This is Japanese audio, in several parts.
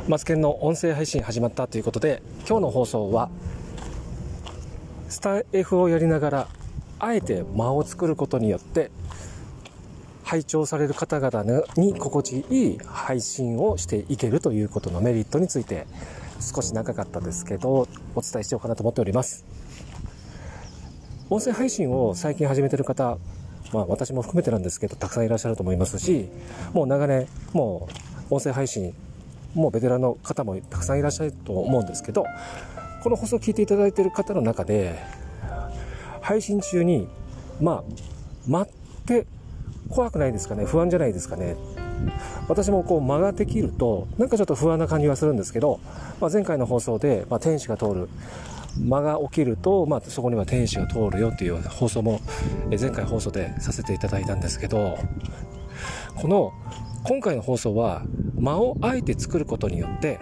マツケンの音声配信始まったということで、今日の放送はスタイフをやりながらあえて間を作ることによって拝聴される方々に心地いい配信をしていけるということのメリットについて、少し長かったですけどお伝えしようかなと思っております。音声配信を最近始めている方、私も含めてなんですけどたくさんいらっしゃると思いますし、もう長年もう音声配信もうベテランの方もたくさんいらっしゃると思うんですけど、この放送を聞いていただいている方の中で配信中に待って怖くないですかね、不安じゃないですかね。私も間ができるとなんかちょっと不安な感じはするんですけど、前回の放送で、天使が通る、間が起きると、そこには天使が通るよっていう放送も前回放送でさせていただいたんですけど、今回の放送は間をあえて作ることによって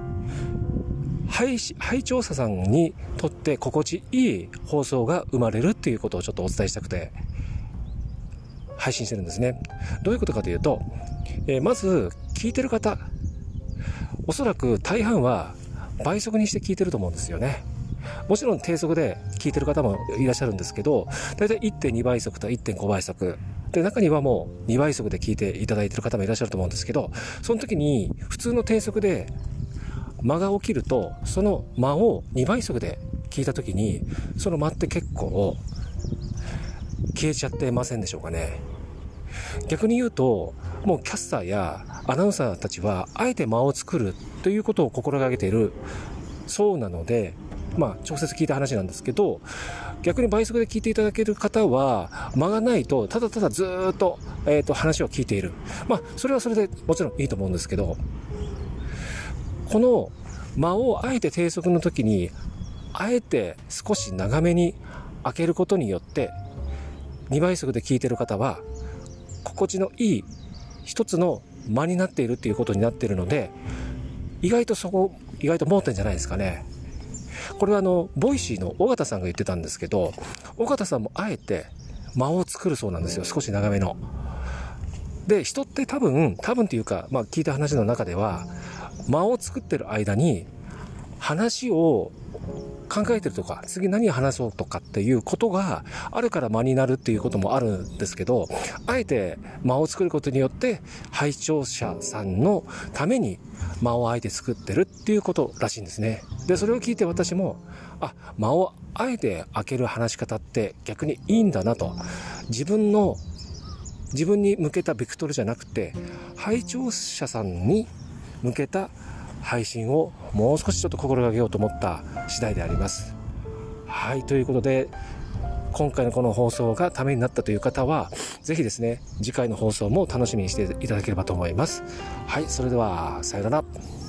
拝聴者さんにとって心地いい放送が生まれるっていうことをちょっとお伝えしたくて配信してるんですね。どういうことかというと、まず聞いてる方、おそらく大半は倍速にして聞いてると思うんですよね。もちろん低速で聞いてる方もいらっしゃるんですけど、だいたい 1.2 倍速と 1.5 倍速で、中にはもう2倍速で聞いていただいている方もいらっしゃると思うんですけど、その時に普通の低速で間が起きると、その間を2倍速で聞いた時にその間って結構消えちゃってませんでしょうかね。逆に言うと、もうキャスターやアナウンサーたちはあえて間を作るということを心がけているそうなので、直接聞いた話なんですけど、逆に倍速で聞いていただける方は間がないとただただずっと、話を聞いている、それはそれでもちろんいいと思うんですけど、この間をあえて低速の時にあえて少し長めに開けることによって2倍速で聞いている方は心地のいい一つの間になっているっていうことになっているので、意外と盲点じゃないですかね。これはボイシーの尾形さんが言ってたんですけど、尾形さんもあえて間を作るそうなんですよ、少し長めの。で、人って多分っていうか、聞いた話の中では間を作ってる間に話を考えてるとか、次何話そうとかっていうことがあるから間になるっていうこともあるんですけど、あえて間を作ることによって拝聴者さんのために間をあえて作ってるっていうことらしいんですね。で、それを聞いて私も間をあえて開ける話し方って逆にいいんだなと、自分に向けたベクトルじゃなくて拝聴者さんに向けた配信をもう少しちょっと心がけようと思った次第であります。はい、ということで今回のこの放送がためになったという方はぜひですね、次回の放送も楽しみにしていただければと思います。はい、それではさよなら。